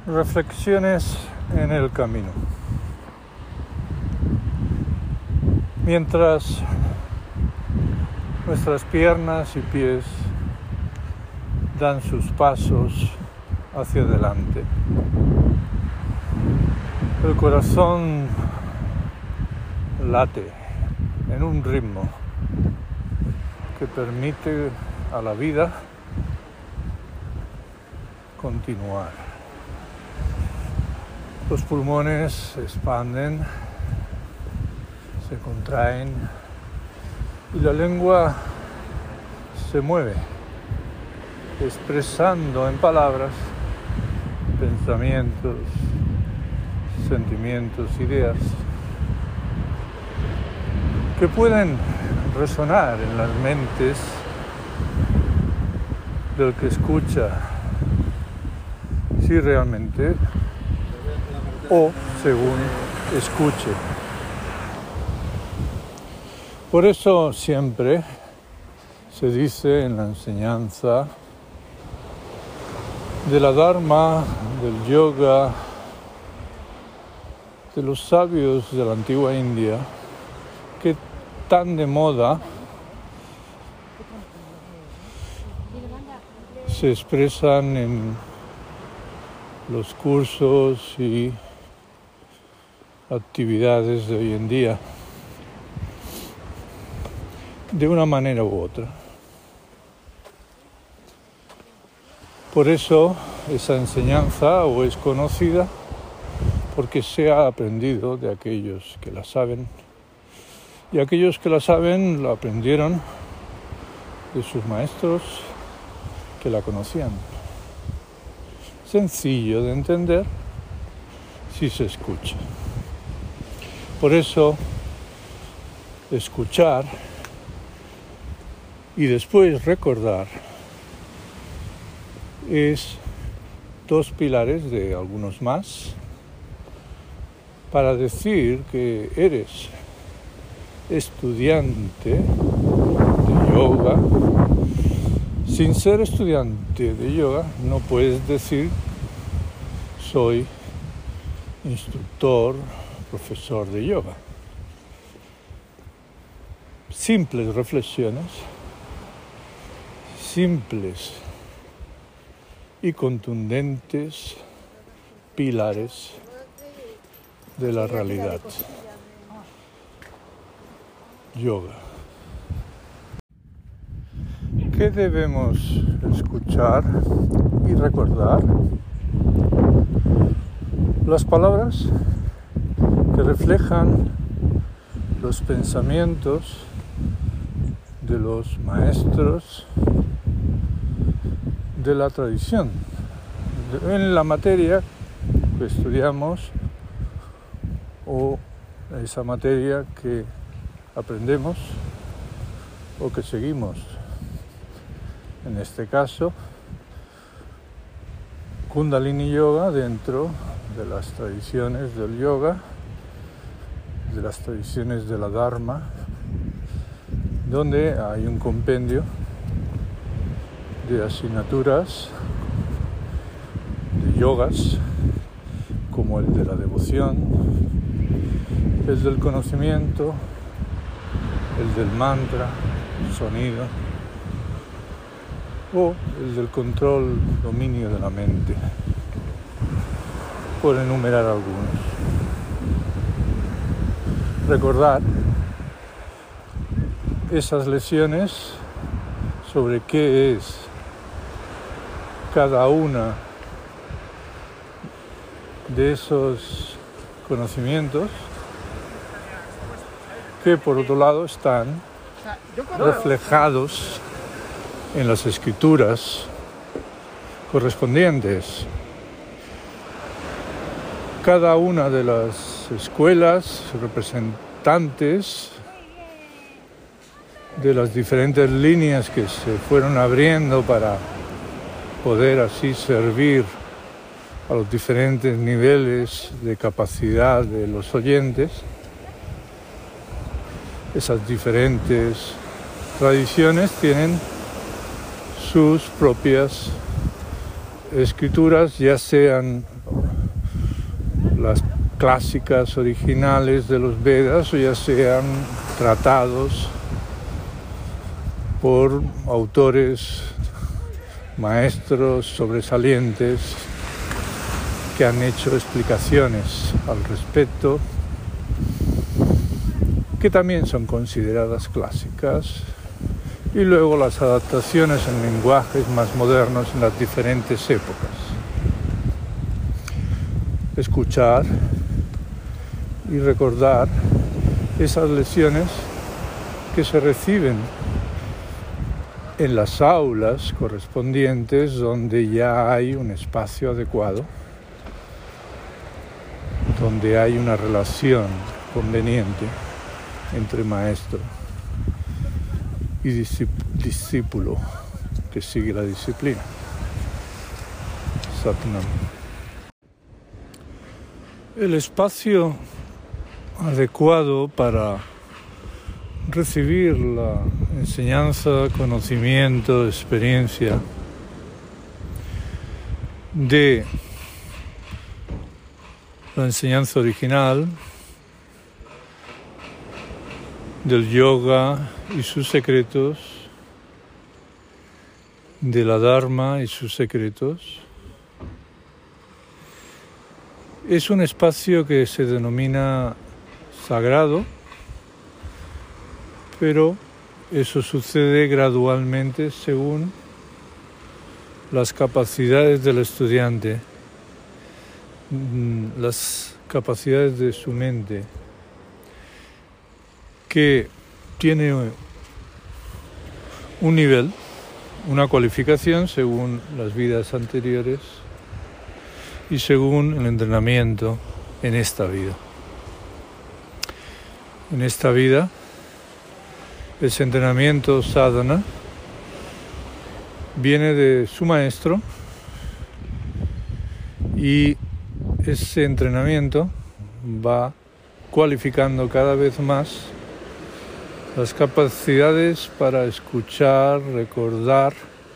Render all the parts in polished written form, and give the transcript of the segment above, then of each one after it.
Reflexiones en el camino. Mientras nuestras piernas y pies dan sus pasos hacia adelante, el corazón late en un ritmo que permite a la vida continuar. Los pulmones se expanden, se contraen y la lengua se mueve, expresando en palabras pensamientos, sentimientos, ideas que pueden resonar en las mentes del que escucha, si realmente o según escuche. Por eso siempre se dice en la enseñanza de la Dharma, del yoga, de los sabios de la antigua India, que tan de moda se expresan en los cursos y actividades de hoy en día, de una manera u otra. Por eso esa enseñanza o es conocida porque se ha aprendido de aquellos que la saben, y aquellos que la saben la aprendieron de sus maestros que la conocían. Sencillo de entender si se escucha. Por eso, escuchar y después recordar es dos pilares de algunos más para decir que eres estudiante de yoga. Sin ser estudiante de yoga no puedes decir soy instructor, profesor de yoga. Simples reflexiones, simples y contundentes pilares de la realidad. Yoga. ¿Qué debemos escuchar y recordar? Las palabras que reflejan los pensamientos de los maestros de la tradición, en la materia que estudiamos o esa materia que aprendemos o que seguimos. En este caso, Kundalini Yoga dentro de las tradiciones del yoga, de las tradiciones de la Dharma, donde hay un compendio de asignaturas, de yogas, como el de la devoción, el del conocimiento, el del mantra, sonido, o el del control, dominio de la mente, por enumerar algunos. Recordar esas lecciones sobre qué es cada una de esos conocimientos que por otro lado están reflejados en las escrituras correspondientes. Cada una de las escuelas representantes de las diferentes líneas que se fueron abriendo para poder así servir a los diferentes niveles de capacidad de los oyentes, esas diferentes tradiciones tienen sus propias escrituras, ya sean las clásicas originales de los Vedas o ya sean tratados por autores, maestros sobresalientes que han hecho explicaciones al respecto, que también son consideradas clásicas, y luego las adaptaciones en lenguajes más modernos en las diferentes épocas. Escuchar y recordar esas lecciones que se reciben en las aulas correspondientes, donde ya hay un espacio adecuado, donde hay una relación conveniente entre maestro y discípulo que sigue la disciplina. Satnam. El espacio adecuado para recibir la enseñanza, conocimiento, experiencia de la enseñanza original, del yoga y sus secretos, de la Dharma y sus secretos, es un espacio que se denomina sagrado, pero eso sucede gradualmente según las capacidades del estudiante, las capacidades de su mente, que tiene un nivel, una cualificación según las vidas anteriores y según el entrenamiento en esta vida. En esta vida, ese entrenamiento sadhana viene de su maestro, y ese entrenamiento va cualificando cada vez más las capacidades para escuchar, recordar,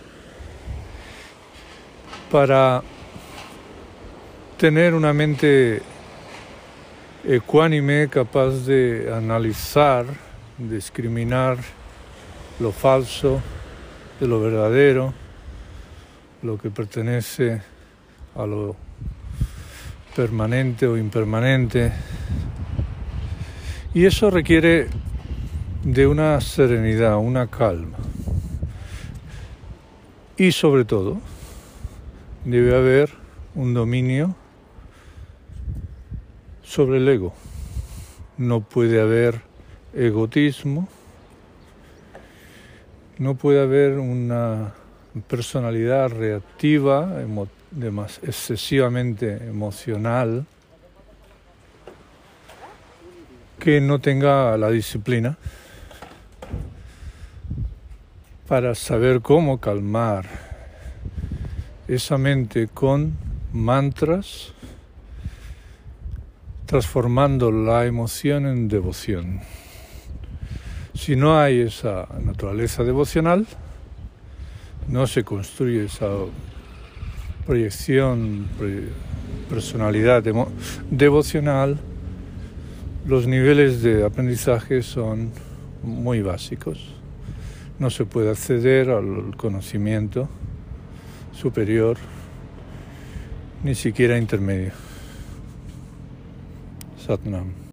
para tener una mente ecuánime, capaz de analizar, discriminar lo falso de lo verdadero, lo que pertenece a lo permanente o impermanente. Y eso requiere de una serenidad, una calma. Y sobre todo, debe haber un dominio sobre el ego. No puede haber egotismo, no puede haber una personalidad reactiva, excesivamente emocional, que no tenga la disciplina para saber cómo calmar esa mente con mantras, transformando la emoción en devoción. Si no hay esa naturaleza devocional, no se construye esa proyección, personalidad devocional, los niveles de aprendizaje son muy básicos. No se puede acceder al conocimiento superior, ni siquiera intermedio. Satnam.